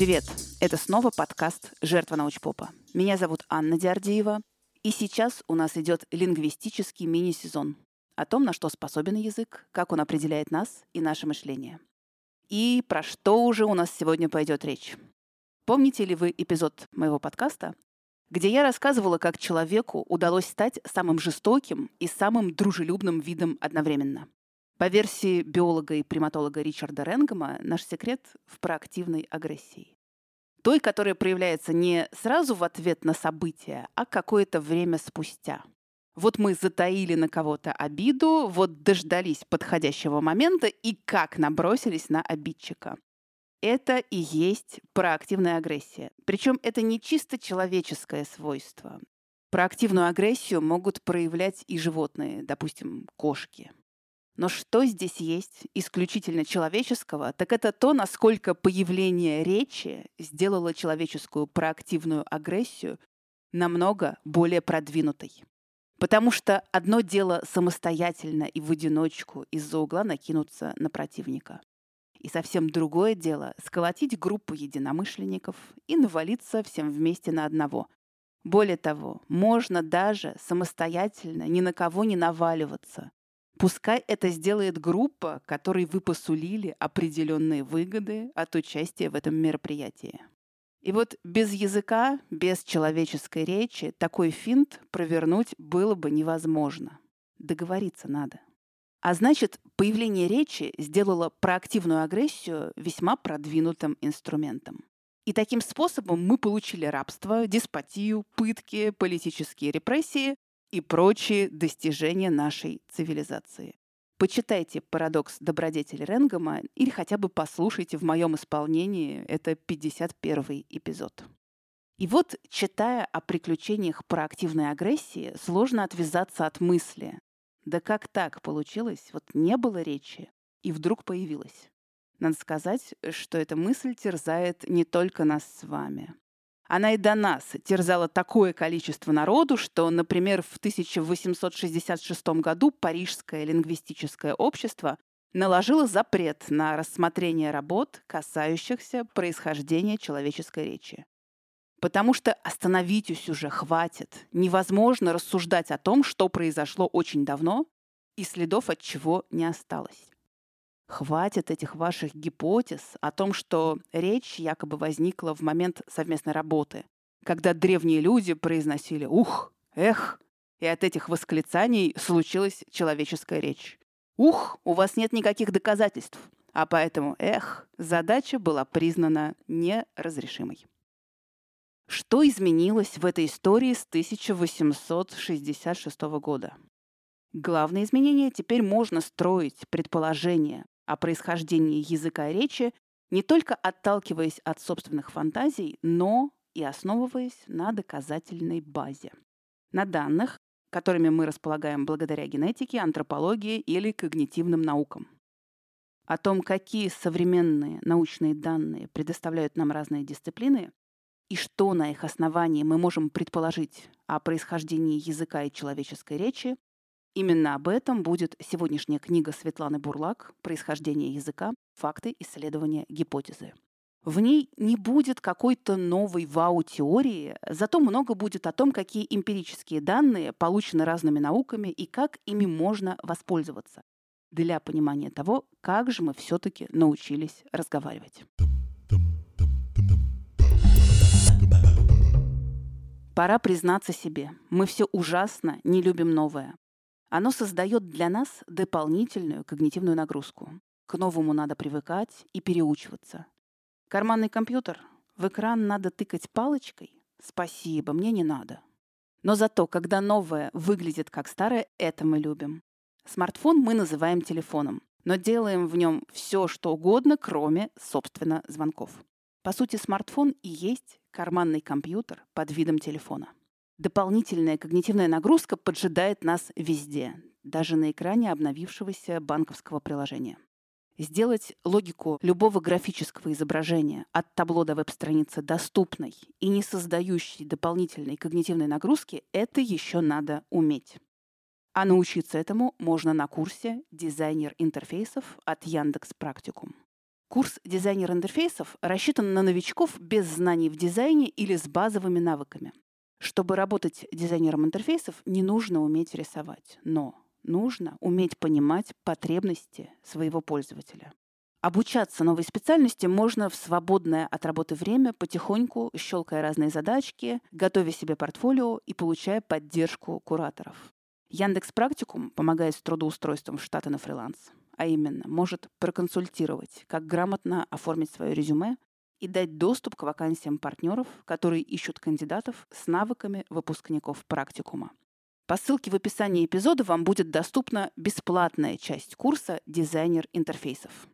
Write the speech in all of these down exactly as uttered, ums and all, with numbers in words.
Привет! Это снова подкаст «Жертва научпопа». Меня зовут Анна Диардиева, и сейчас у нас идет лингвистический мини-сезон о том, на что способен язык, как он определяет нас и наше мышление. И про что уже у нас сегодня пойдет речь. Помните ли вы эпизод моего подкаста, где я рассказывала, как человеку удалось стать самым жестоким и самым дружелюбным видом одновременно? По версии биолога и приматолога Ричарда Ренгема, наш секрет в проактивной агрессии. Той, которая проявляется не сразу в ответ на события, а какое-то время спустя. Вот мы затаили на кого-то обиду, вот дождались подходящего момента и как набросились на обидчика. Это и есть проактивная агрессия. Причем это не чисто человеческое свойство. Проактивную агрессию могут проявлять и животные, допустим, кошки. Но что здесь есть исключительно человеческого, так это то, насколько появление речи сделало человеческую проактивную агрессию намного более продвинутой. Потому что одно дело самостоятельно и в одиночку из-за угла накинуться на противника. И совсем другое дело сколотить группу единомышленников и навалиться всем вместе на одного. Более того, можно даже самостоятельно ни на кого не наваливаться. Пускай это сделает группа, которой вы посулили определенные выгоды от участия в этом мероприятии. И вот без языка, без человеческой речи такой финт провернуть было бы невозможно. Договориться надо. А значит, появление речи сделало проактивную агрессию весьма продвинутым инструментом. И таким способом мы получили рабство, деспотию, пытки, политические репрессии и прочие достижения нашей цивилизации. Почитайте «Парадокс добродетели» Ренгема или хотя бы послушайте в моем исполнении, это пятьдесят первый эпизод. И вот, читая о приключениях проактивной агрессии, сложно отвязаться от мысли. Да как так получилось? Вот не было речи, и вдруг появилась. Надо сказать, что эта мысль терзает не только нас с вами. Она и до нас терзала такое количество народу, что, например, в тысяча восемьсот шестьдесят шестом году Парижское лингвистическое общество наложило запрет на рассмотрение работ, касающихся происхождения человеческой речи. Потому что остановитесь уже, хватит. Невозможно рассуждать о том, что произошло очень давно, и следов от чего не осталось. Хватит этих ваших гипотез о том, что речь якобы возникла в момент совместной работы, когда древние люди произносили «ух», «эх», и от этих восклицаний случилась человеческая речь. «Ух» у вас нет никаких доказательств, а поэтому «эх» задача была признана неразрешимой. Что изменилось в этой истории с тысяча восемьсот шестьдесят шестого года? Главное изменение — теперь можно строить предположения о происхождении языка и речи, не только отталкиваясь от собственных фантазий, но и основываясь на доказательной базе. На данных, которыми мы располагаем благодаря генетике, антропологии или когнитивным наукам. О том, какие современные научные данные предоставляют нам разные дисциплины, и что на их основании мы можем предположить о происхождении языка и человеческой речи, именно об этом будет сегодняшняя книга Светланы Бурлак «Происхождение языка. Факты, исследования, гипотезы». В ней не будет какой-то новой вау-теории, зато много будет о том, какие эмпирические данные получены разными науками и как ими можно воспользоваться для понимания того, как же мы все-таки научились разговаривать. Пора признаться себе, мы все ужасно не любим новое. Оно создает для нас дополнительную когнитивную нагрузку. К новому надо привыкать и переучиваться. Карманный компьютер? В экран надо тыкать палочкой? Спасибо, мне не надо. Но зато, когда новое выглядит как старое, это мы любим. Смартфон мы называем телефоном, но делаем в нем все, что угодно, кроме, собственно, звонков. По сути, смартфон и есть карманный компьютер под видом телефона. Дополнительная когнитивная нагрузка поджидает нас везде, даже на экране обновившегося банковского приложения. Сделать логику любого графического изображения от табло до веб-страницы доступной и не создающей дополнительной когнитивной нагрузки – это еще надо уметь. А научиться этому можно на курсе «Дизайнер интерфейсов» от Яндекс.Практикум. Курс «Дизайнер интерфейсов» рассчитан на новичков без знаний в дизайне или с базовыми навыками. Чтобы работать дизайнером интерфейсов, не нужно уметь рисовать, но нужно уметь понимать потребности своего пользователя. Обучаться новой специальности можно в свободное от работы время, потихоньку щелкая разные задачки, готовя себе портфолио и получая поддержку кураторов. Яндекс.Практикум помогает с трудоустройством в Штаты на фриланс, а именно может проконсультировать, как грамотно оформить свое резюме и дать доступ к вакансиям партнеров, которые ищут кандидатов с навыками выпускников практикума. По ссылке в описании эпизода вам будет доступна бесплатная часть курса «Дизайнер интерфейсов».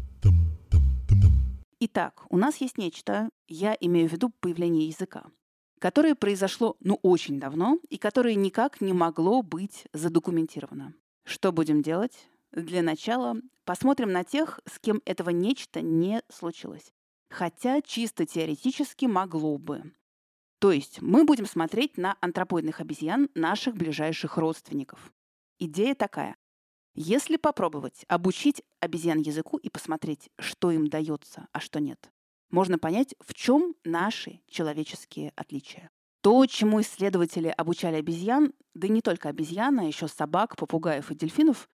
Итак, у нас есть нечто, я имею в виду появление языка, которое произошло ну очень давно и которое никак не могло быть задокументировано. Что будем делать? Для начала посмотрим на тех, с кем этого нечто не случилось. Хотя чисто теоретически могло бы. То есть мы будем смотреть на антропоидных обезьян наших ближайших родственников. Идея такая. Если попробовать обучить обезьян языку и посмотреть, что им дается, а что нет, можно понять, в чем наши человеческие отличия. То, чему исследователи обучали обезьян, да и не только обезьян, а еще собак, попугаев и дельфинов,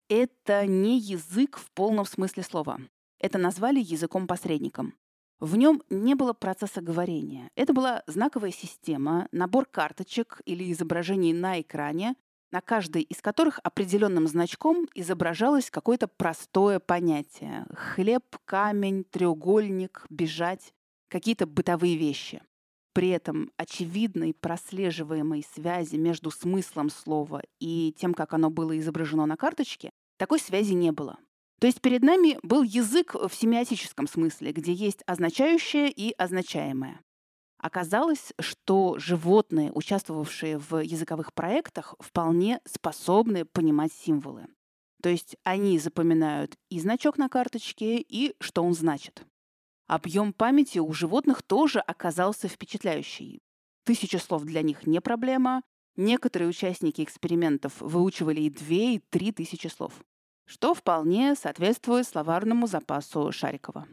это не язык в полном смысле слова. Это назвали языком-посредником. В нем не было процесса говорения. Это была знаковая система, набор карточек или изображений на экране, на каждой из которых определенным значком изображалось какое-то простое понятие. Хлеб, камень, треугольник, бежать, какие-то бытовые вещи. При этом очевидной прослеживаемой связи между смыслом слова и тем, как оно было изображено на карточке, такой связи не было. То есть перед нами был язык в семиотическом смысле, где есть означающее и означаемое. Оказалось, что животные, участвовавшие в языковых проектах, вполне способны понимать символы. То есть они запоминают и значок на карточке, и что он значит. Объем памяти у животных тоже оказался впечатляющий. Тысяча слов для них не проблема. Некоторые участники экспериментов выучивали и две, и три тысячи слов, что вполне соответствует словарному запасу Шарикова.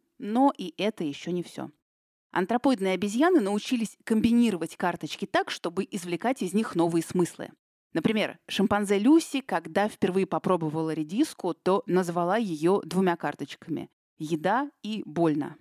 Но и это еще не все. Антропоидные обезьяны научились комбинировать карточки так, чтобы извлекать из них новые смыслы. Например, шимпанзе Люси, когда впервые попробовала редиску, то назвала ее двумя карточками – еда и больно.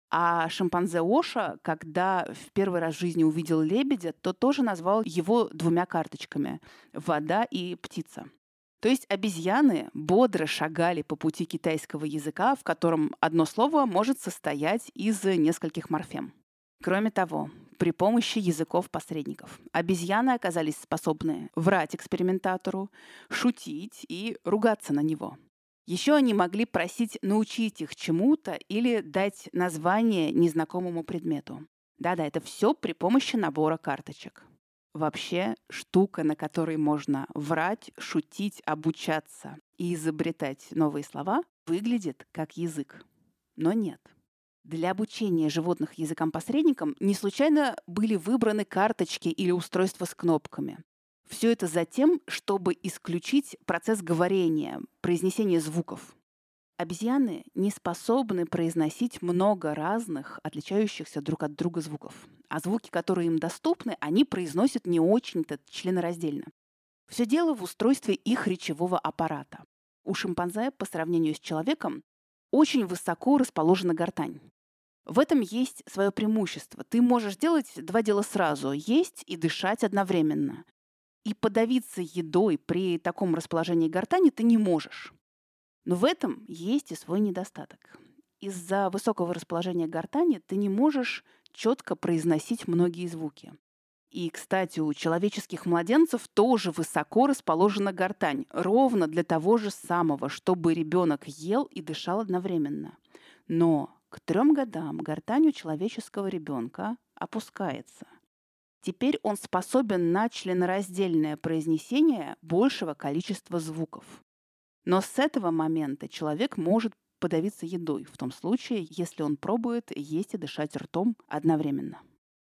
А шимпанзе Оша, когда в первый раз в жизни увидел лебедя, то тоже назвал его двумя карточками – вода и птица. То есть обезьяны бодро шагали по пути китайского языка, в котором одно слово может состоять из нескольких морфем. Кроме того, при помощи языков-посредников обезьяны оказались способны врать экспериментатору, шутить и ругаться на него. Еще они могли просить научить их чему-то или дать название незнакомому предмету. Да-да, это все при помощи набора карточек. Вообще, штука, на которой можно врать, шутить, обучаться и изобретать новые слова, выглядит как язык. Но нет. Для обучения животных языкам-посредникам не случайно были выбраны карточки или устройства с кнопками. Все это за тем, чтобы исключить процесс говорения, произнесения звуков. Обезьяны не способны произносить много разных, отличающихся друг от друга звуков. А звуки, которые им доступны, они произносят не очень-то членораздельно. Все дело в устройстве их речевого аппарата. У шимпанзе, по сравнению с человеком, очень высоко расположена гортань. В этом есть свое преимущество. Ты можешь делать два дела сразу – есть и дышать одновременно. И подавиться едой при таком расположении гортани ты не можешь. Но в этом есть и свой недостаток. Из-за высокого расположения гортани ты не можешь четко произносить многие звуки. И, кстати, у человеческих младенцев тоже высоко расположена гортань, ровно для того же самого, чтобы ребенок ел и дышал одновременно. Но к трем годам гортань у человеческого ребенка опускается. Теперь он способен на членораздельное произнесение большего количества звуков. Но с этого момента человек может подавиться едой, в том случае, если он пробует есть и дышать ртом одновременно.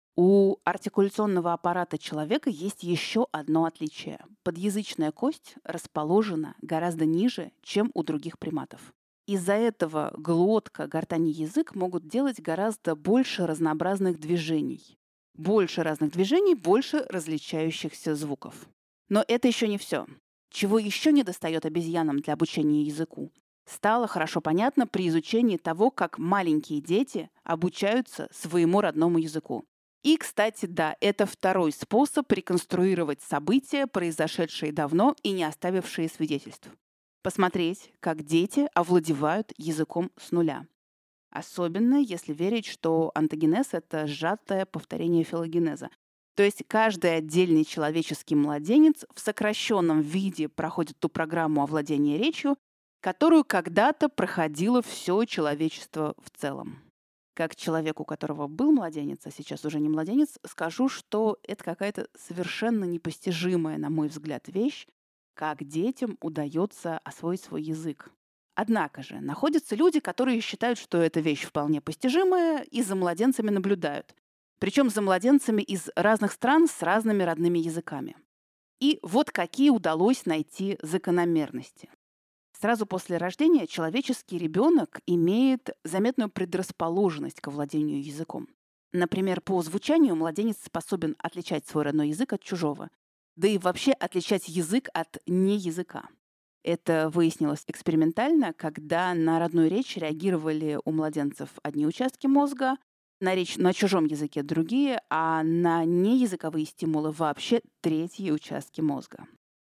У артикуляционного аппарата человека есть еще одно отличие. Подъязычная кость расположена гораздо ниже, чем у других приматов. Из-за этого глотка, гортань и язык могут делать гораздо больше разнообразных движений. Больше разных движений, больше различающихся звуков. Но это еще не все. Чего еще недостает обезьянам для обучения языку, стало хорошо понятно при изучении того, как маленькие дети обучаются своему родному языку. И, кстати, да, это второй способ реконструировать события, произошедшие давно и не оставившие свидетельств. Посмотреть, как дети овладевают языком с нуля. Особенно, если верить, что онтогенез — это сжатое повторение филогенеза. То есть каждый отдельный человеческий младенец в сокращенном виде проходит ту программу овладения речью, которую когда-то проходило все человечество в целом. Как человек, у которого был младенец, а сейчас уже не младенец, скажу, что это какая-то совершенно непостижимая, на мой взгляд, вещь, как детям удается освоить свой язык. Однако же находятся люди, которые считают, что эта вещь вполне постижимая, и за младенцами наблюдают. Причем за младенцами из разных стран с разными родными языками. И вот какие удалось найти закономерности. Сразу после рождения человеческий ребенок имеет заметную предрасположенность к овладению языком. Например, по звучанию младенец способен отличать свой родной язык от чужого, да и вообще отличать язык от неязыка. Это выяснилось экспериментально, когда на родную речь реагировали у младенцев одни участки мозга, на речь на чужом языке другие, а на неязыковые стимулы вообще третьи участки мозга.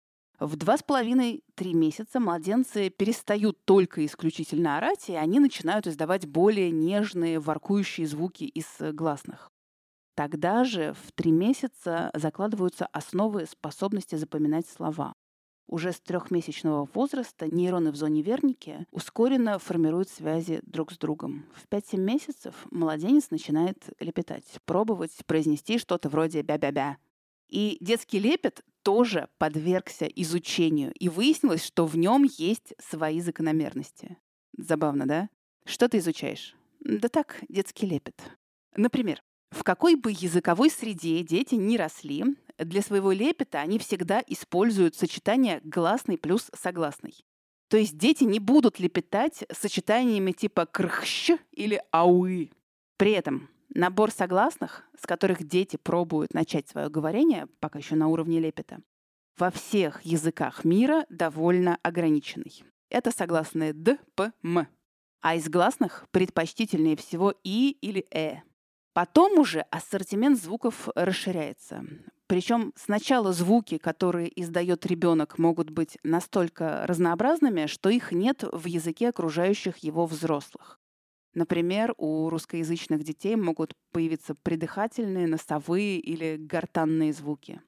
В два с половиной-три месяца младенцы перестают только исключительно орать, и они начинают издавать более нежные, воркующие звуки из гласных. Тогда же в три месяца закладываются основы способности запоминать слова. Уже с трехмесячного возраста нейроны в зоне Верники ускоренно формируют связи друг с другом. В пять-семь месяцев младенец начинает лепетать, пробовать произнести что-то вроде «бя-бя-бя». И детский лепет тоже подвергся изучению, и выяснилось, что в нем есть свои закономерности. Забавно, да? Что ты изучаешь? Да так, детский лепет. Например, в какой бы языковой среде дети ни росли, для своего лепета они всегда используют сочетание гласный плюс согласный. То есть дети не будут лепетать сочетаниями типа крхщ или ауы. При этом набор согласных, с которых дети пробуют начать свое говорение, пока еще на уровне лепета, во всех языках мира довольно ограниченный. Это согласные «д», «п», «м». А из гласных предпочтительнее всего «и» или «э». Потом уже ассортимент звуков расширяется. Причем сначала звуки, которые издает ребенок, могут быть настолько разнообразными, что их нет в языке окружающих его взрослых. Например, у русскоязычных детей могут появиться придыхательные, носовые или гортанные звуки.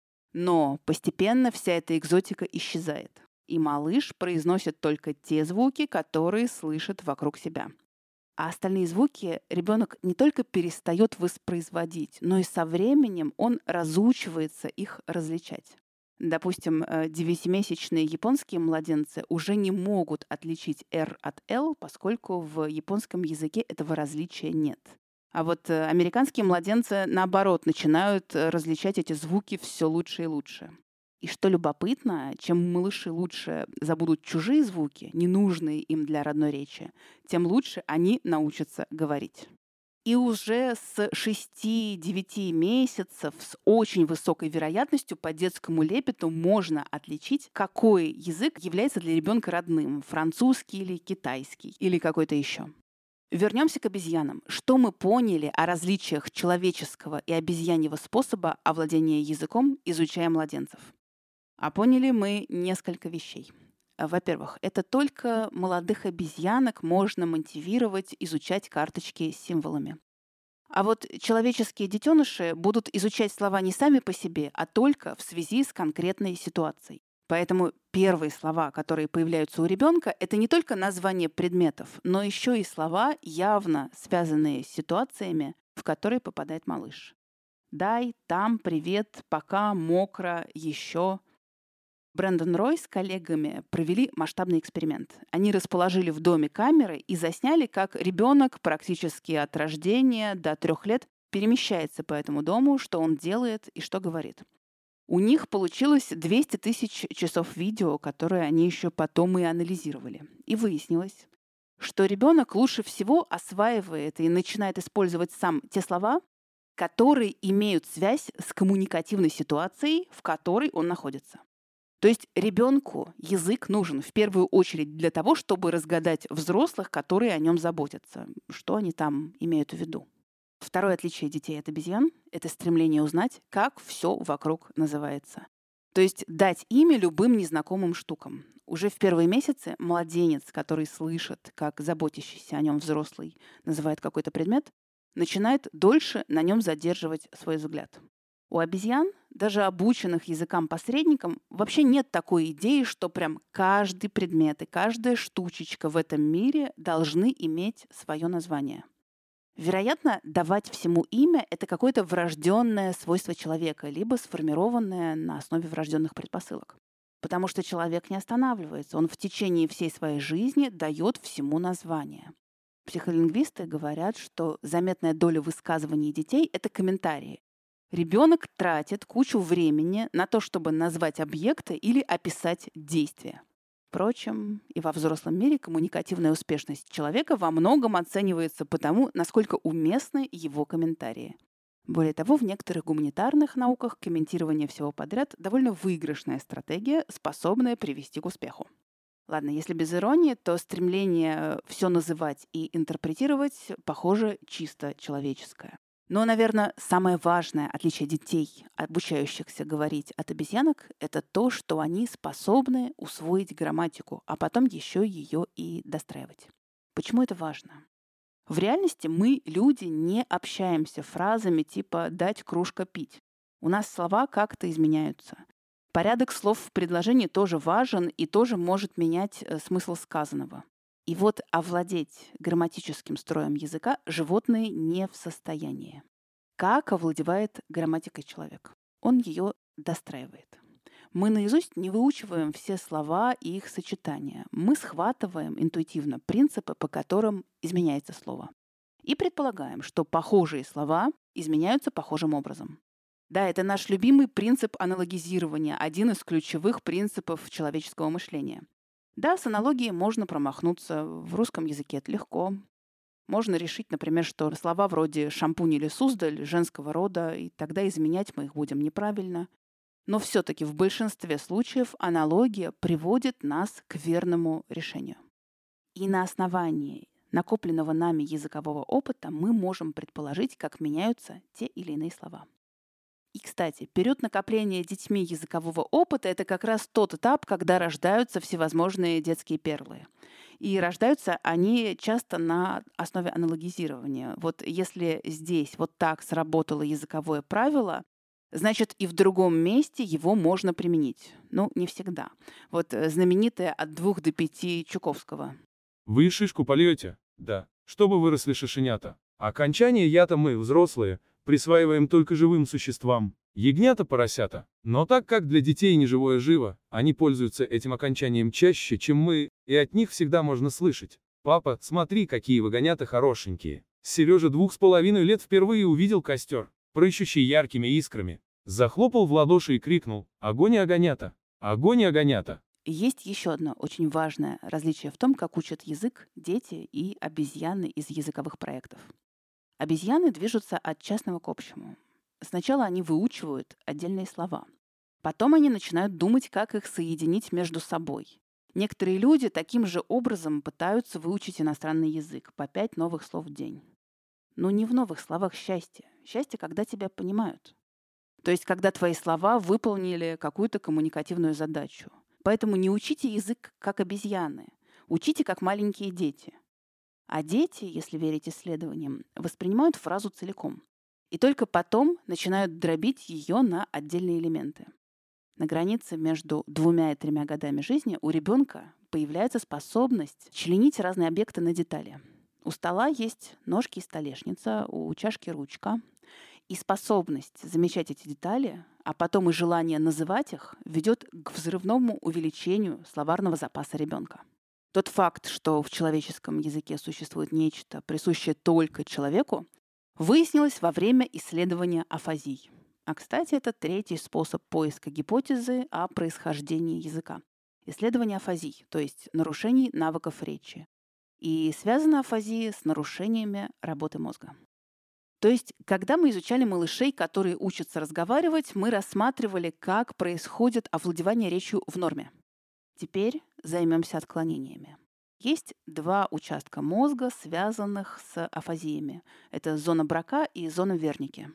Но постепенно вся эта экзотика исчезает, и малыш произносит только те звуки, которые слышит вокруг себя. А остальные звуки ребенок не только перестает воспроизводить, но и со временем он разучивается их различать. Допустим, девятимесячные японские младенцы уже не могут отличить «р» от «л», поскольку в японском языке этого различия нет. А вот американские младенцы, наоборот, начинают различать эти звуки все лучше и лучше. И что любопытно, чем малыши лучше забудут чужие звуки, ненужные им для родной речи, тем лучше они научатся говорить. И уже с шести-девяти месяцев с очень высокой вероятностью по детскому лепету можно отличить, какой язык является для ребенка родным – французский или китайский, или какой-то еще. Вернемся к обезьянам. Что мы поняли о различиях человеческого и обезьяньего способа овладения языком, изучая младенцев? А поняли мы несколько вещей. Во-первых, это только молодых обезьянок можно мотивировать изучать карточки с символами. А вот человеческие детеныши будут изучать слова не сами по себе, а только в связи с конкретной ситуацией. Поэтому первые слова, которые появляются у ребенка, это не только название предметов, но еще и слова, явно связанные с ситуациями, в которые попадает малыш. «Дай», «там», «привет», «пока», «мокро», «еще». Брэндон Рой с коллегами провели масштабный эксперимент. Они расположили в доме камеры и засняли, как ребенок практически от рождения до трех лет перемещается по этому дому, что он делает и что говорит. У них получилось двести тысяч часов видео, которые они еще потом и анализировали. И выяснилось, что ребенок лучше всего осваивает и начинает использовать сам те слова, которые имеют связь с коммуникативной ситуацией, в которой он находится. То есть ребенку язык нужен в первую очередь для того, чтобы разгадать взрослых, которые о нем заботятся, что они там имеют в виду. Второе отличие детей от обезьян — это стремление узнать, как все вокруг называется. То есть дать имя любым незнакомым штукам. Уже в первые месяцы младенец, который слышит, как заботящийся о нем взрослый называет какой-то предмет, начинает дольше на нем задерживать свой взгляд. У обезьян, даже обученных языкам-посредникам, вообще нет такой идеи, что прям каждый предмет и каждая штучечка в этом мире должны иметь свое название. Вероятно, давать всему имя — это какое-то врожденное свойство человека, либо сформированное на основе врожденных предпосылок. Потому что человек не останавливается, он в течение всей своей жизни дает всему название. Психолингвисты говорят, что заметная доля высказываний детей — это комментарии. Ребенок тратит кучу времени на то, чтобы назвать объекты или описать действия. Впрочем, и во взрослом мире коммуникативная успешность человека во многом оценивается по тому, насколько уместны его комментарии. Более того, в некоторых гуманитарных науках комментирование всего подряд — довольно выигрышная стратегия, способная привести к успеху. Ладно, если без иронии, то стремление все называть и интерпретировать, похоже, чисто человеческое. Но, наверное, самое важное отличие детей, обучающихся говорить, от обезьянок, это то, что они способны усвоить грамматику, а потом еще ее и достраивать. Почему это важно? В реальности мы, люди, не общаемся фразами типа «дать кружка пить». У нас слова как-то изменяются. Порядок слов в предложении тоже важен и тоже может менять смысл сказанного. И вот овладеть грамматическим строем языка животные не в состоянии. Как овладевает грамматикой человек? Он ее достраивает. Мы наизусть не выучиваем все слова и их сочетания. Мы схватываем интуитивно принципы, по которым изменяется слово. И предполагаем, что похожие слова изменяются похожим образом. Да, это наш любимый принцип аналогизирования, один из ключевых принципов человеческого мышления. Да, с аналогией можно промахнуться. В русском языке это легко. Можно решить, например, что слова вроде «шампунь» или «суздаль» женского рода, и тогда изменять мы их будем неправильно. Но все-таки в большинстве случаев аналогия приводит нас к верному решению. И на основании накопленного нами языкового опыта мы можем предположить, как меняются те или иные слова. И, кстати, период накопления детьми языкового опыта — это как раз тот этап, когда рождаются всевозможные детские перлы. И рождаются они часто на основе аналогизирования. Вот если здесь вот так сработало языковое правило, значит, и в другом месте его можно применить. Ну, не всегда. Вот знаменитое «от двух до пяти» Чуковского. Вы шишку польете? Да. Чтобы выросли шишенята. Окончание «ята» мы, взрослые, присваиваем только живым существам. Ягнята-поросята. Но так как для детей неживое живо, они пользуются этим окончанием чаще, чем мы, и от них всегда можно слышать: «Папа, смотри, какие вагонята хорошенькие». Сережа двух с половиной лет впервые увидел костер, прыщущий яркими искрами. Захлопал в ладоши и крикнул: «Огонь и огонята! Огонь и огонята!» Есть еще одно очень важное различие в том, как учат язык дети и обезьяны из языковых проектов. Обезьяны движутся от частного к общему. Сначала они выучивают отдельные слова. Потом они начинают думать, как их соединить между собой. Некоторые люди таким же образом пытаются выучить иностранный язык, по пять новых слов в день. Но не в новых словах счастье. Счастье, когда тебя понимают. То есть, когда твои слова выполнили какую-то коммуникативную задачу. Поэтому не учите язык как обезьяны. Учите как маленькие дети. А дети, если верить исследованиям, воспринимают фразу целиком. И только потом начинают дробить ее на отдельные элементы. На границе между двумя и тремя годами жизни у ребенка появляется способность членить разные объекты на детали. У стола есть ножки и столешница, у чашки ручка. И способность замечать эти детали, а потом и желание называть их, ведет к взрывному увеличению словарного запаса ребенка. Тот факт, что в человеческом языке существует нечто, присущее только человеку, выяснилось во время исследования афазий. А, кстати, это третий способ поиска гипотезы о происхождении языка. Исследование афазий, то есть нарушений навыков речи. И связана афазия с нарушениями работы мозга. То есть, когда мы изучали малышей, которые учатся разговаривать, мы рассматривали, как происходит овладевание речью в норме. Теперь займемся отклонениями. Есть два участка мозга, связанных с афазиями. Это зона Брака и зона Верники.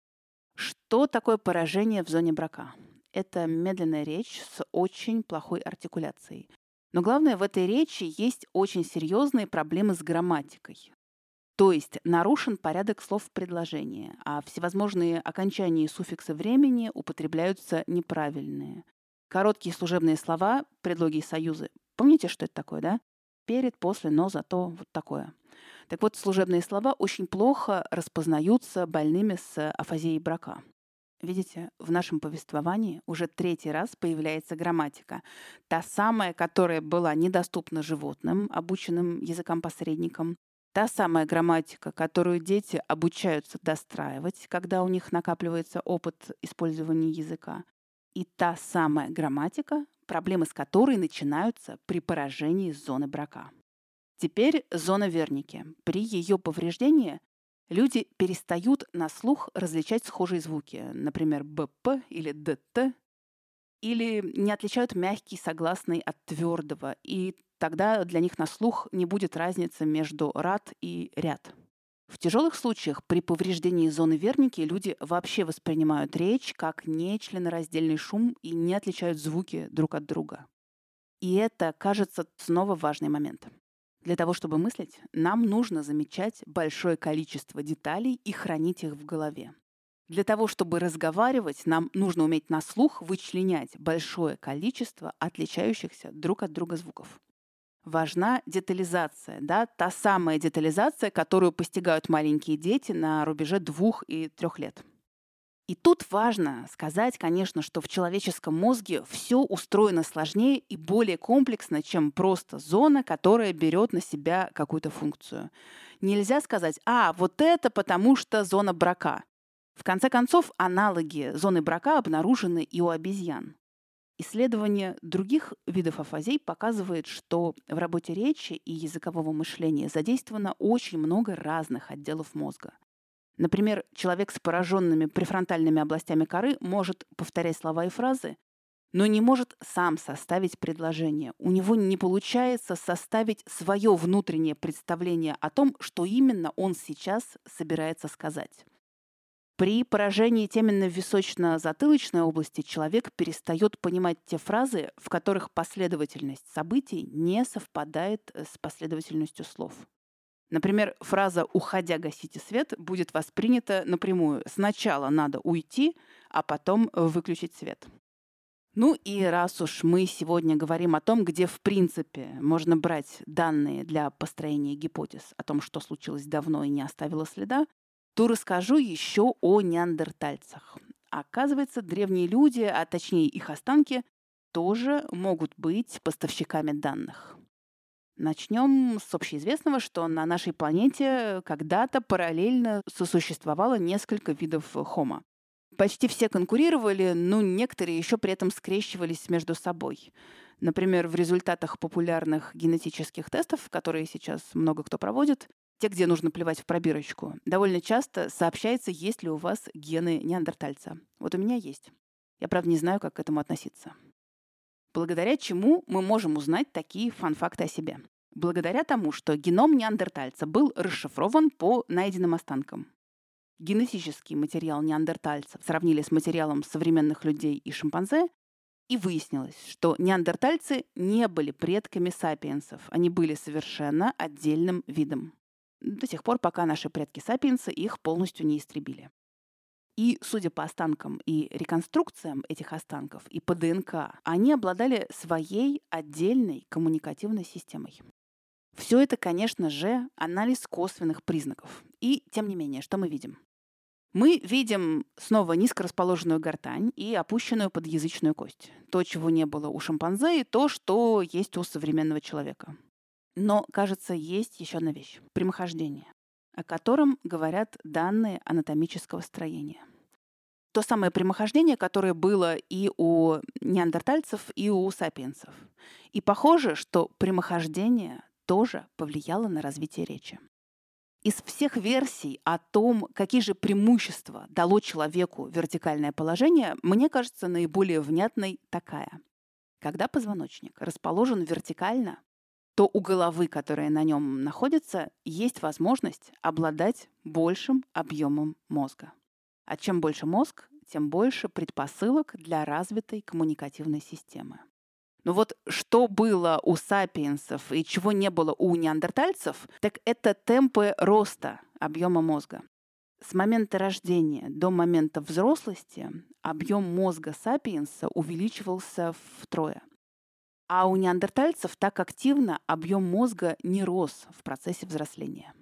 Что такое поражение в зоне Брака? Это медленная речь с очень плохой артикуляцией. Но главное, в этой речи есть очень серьезные проблемы с грамматикой. То есть нарушен порядок слов в предложении, а всевозможные окончания и суффиксы времени употребляются неправильные. Короткие служебные слова, предлоги и союзы. Помните, что это такое, да? Перед, после, но, зато, вот такое. Так вот, служебные слова очень плохо распознаются больными с афазией Брака. Видите, в нашем повествовании уже третий раз появляется грамматика. Та самая, которая была недоступна животным, обученным языкам-посредникам. Та самая грамматика, которую дети обучаются достраивать, когда у них накапливается опыт использования языка. И та самая грамматика, проблемы с которой начинаются при поражении зоны Брака. Теперь зона Верники. При ее повреждении люди перестают на слух различать схожие звуки, например, БП или ДТ, или не отличают мягкий согласный от твердого, и тогда для них на слух не будет разницы между рад и ряд. В тяжелых случаях при повреждении зоны Верники люди вообще воспринимают речь как нечленораздельный шум и не отличают звуки друг от друга. И это, кажется, снова важный момент. Для того, чтобы мыслить, нам нужно замечать большое количество деталей и хранить их в голове. Для того, чтобы разговаривать, нам нужно уметь на слух вычленять большое количество отличающихся друг от друга звуков. Важна детализация, да, та самая детализация, которую постигают маленькие дети на рубеже двух и трех лет. И тут важно сказать, конечно, что в человеческом мозге все устроено сложнее и более комплексно, чем просто зона, которая берет на себя какую-то функцию. Нельзя сказать: а, вот это потому что зона Брака. В конце концов, аналоги зоны Брака обнаружены и у обезьян. Исследование других видов афазий показывает, что в работе речи и языкового мышления задействовано очень много разных отделов мозга. Например, человек с пораженными префронтальными областями коры может повторять слова и фразы, но не может сам составить предложение. У него не получается составить свое внутреннее представление о том, что именно он сейчас собирается сказать. При поражении теменно-височно-затылочной области человек перестает понимать те фразы, в которых последовательность событий не совпадает с последовательностью слов. Например, фраза «уходя гасите свет» будет воспринята напрямую. Сначала надо уйти, а потом выключить свет. Ну и раз уж мы сегодня говорим о том, где в принципе можно брать данные для построения гипотез о том, что случилось давно и не оставило следа, то расскажу еще о неандертальцах. Оказывается, древние люди, а точнее их останки, тоже могут быть поставщиками данных. Начнем с общеизвестного, что на нашей планете когда-то параллельно сосуществовало несколько видов Homo. Почти все конкурировали, но некоторые еще при этом скрещивались между собой. Например, в результатах популярных генетических тестов, которые сейчас много кто проводит, те, где нужно плевать в пробирочку, довольно часто сообщается, есть ли у вас гены неандертальца. Вот у меня есть. Я, правда, не знаю, как к этому относиться. Благодаря чему мы можем узнать такие фан-факты о себе? Благодаря тому, что геном неандертальца был расшифрован по найденным останкам. Генетический материал неандертальцев сравнили с материалом современных людей и шимпанзе, и выяснилось, что неандертальцы не были предками сапиенсов, они были совершенно отдельным видом. До тех пор, пока наши предки-сапиенсы их полностью не истребили. И, судя по останкам и реконструкциям этих останков, и по ДНК, они обладали своей отдельной коммуникативной системой. Все это, конечно же, анализ косвенных признаков. И, тем не менее, что мы видим? Мы видим снова низко расположенную гортань и опущенную подъязычную кость. То, чего не было у шимпанзе, и то, что есть у современного человека. Но, кажется, есть еще одна вещь – прямохождение, о котором говорят данные анатомического строения. То самое прямохождение, которое было и у неандертальцев, и у сапиенсов. И похоже, что прямохождение тоже повлияло на развитие речи. Из всех версий о том, какие же преимущества дало человеку вертикальное положение, мне кажется наиболее внятной такая. Когда позвоночник расположен вертикально, то у головы, которая на нем находится, есть возможность обладать большим объемом мозга. А чем больше мозг, тем больше предпосылок для развитой коммуникативной системы. Но вот что было у сапиенсов и чего не было у неандертальцев, так это темпы роста объема мозга. С момента рождения до момента взрослости объем мозга сапиенса увеличивался втрое. А у неандертальцев так активно объем мозга не рос в процессе взросления.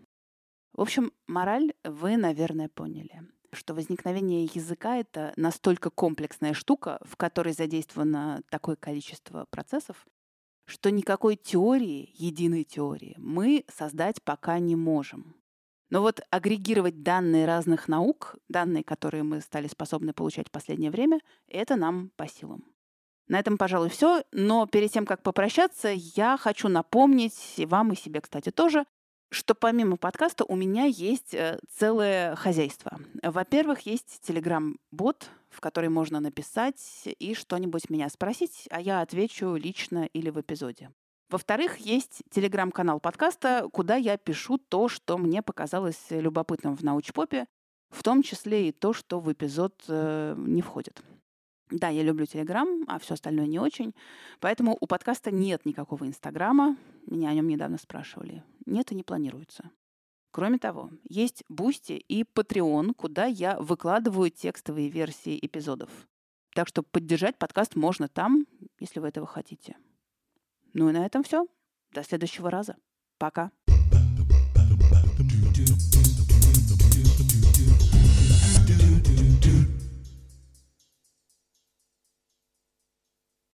В общем, мораль вы, наверное, поняли, что возникновение языка — это настолько комплексная штука, в которой задействовано такое количество процессов, что никакой теории, единой теории, мы создать пока не можем. Но вот агрегировать данные разных наук, данные, которые мы стали способны получать в последнее время, это нам по силам. На этом, пожалуй, все. Но перед тем, как попрощаться, я хочу напомнить и вам, и себе, кстати, тоже, что помимо подкаста у меня есть целое хозяйство. Во-первых, есть Telegram-бот, в который можно написать и что-нибудь меня спросить, а я отвечу лично или в эпизоде. Во-вторых, есть Telegram-канал подкаста, куда я пишу то, что мне показалось любопытным в научпопе, в том числе и то, что в эпизод э, не входит. Да, я люблю Telegram, а все остальное не очень. Поэтому у подкаста нет никакого Инстаграма. Меня о нем недавно спрашивали. Нет и не планируется. Кроме того, есть Boosty и Patreon, куда я выкладываю текстовые версии эпизодов. Так что поддержать подкаст можно там, если вы этого хотите. Ну и на этом все. До следующего раза. Пока.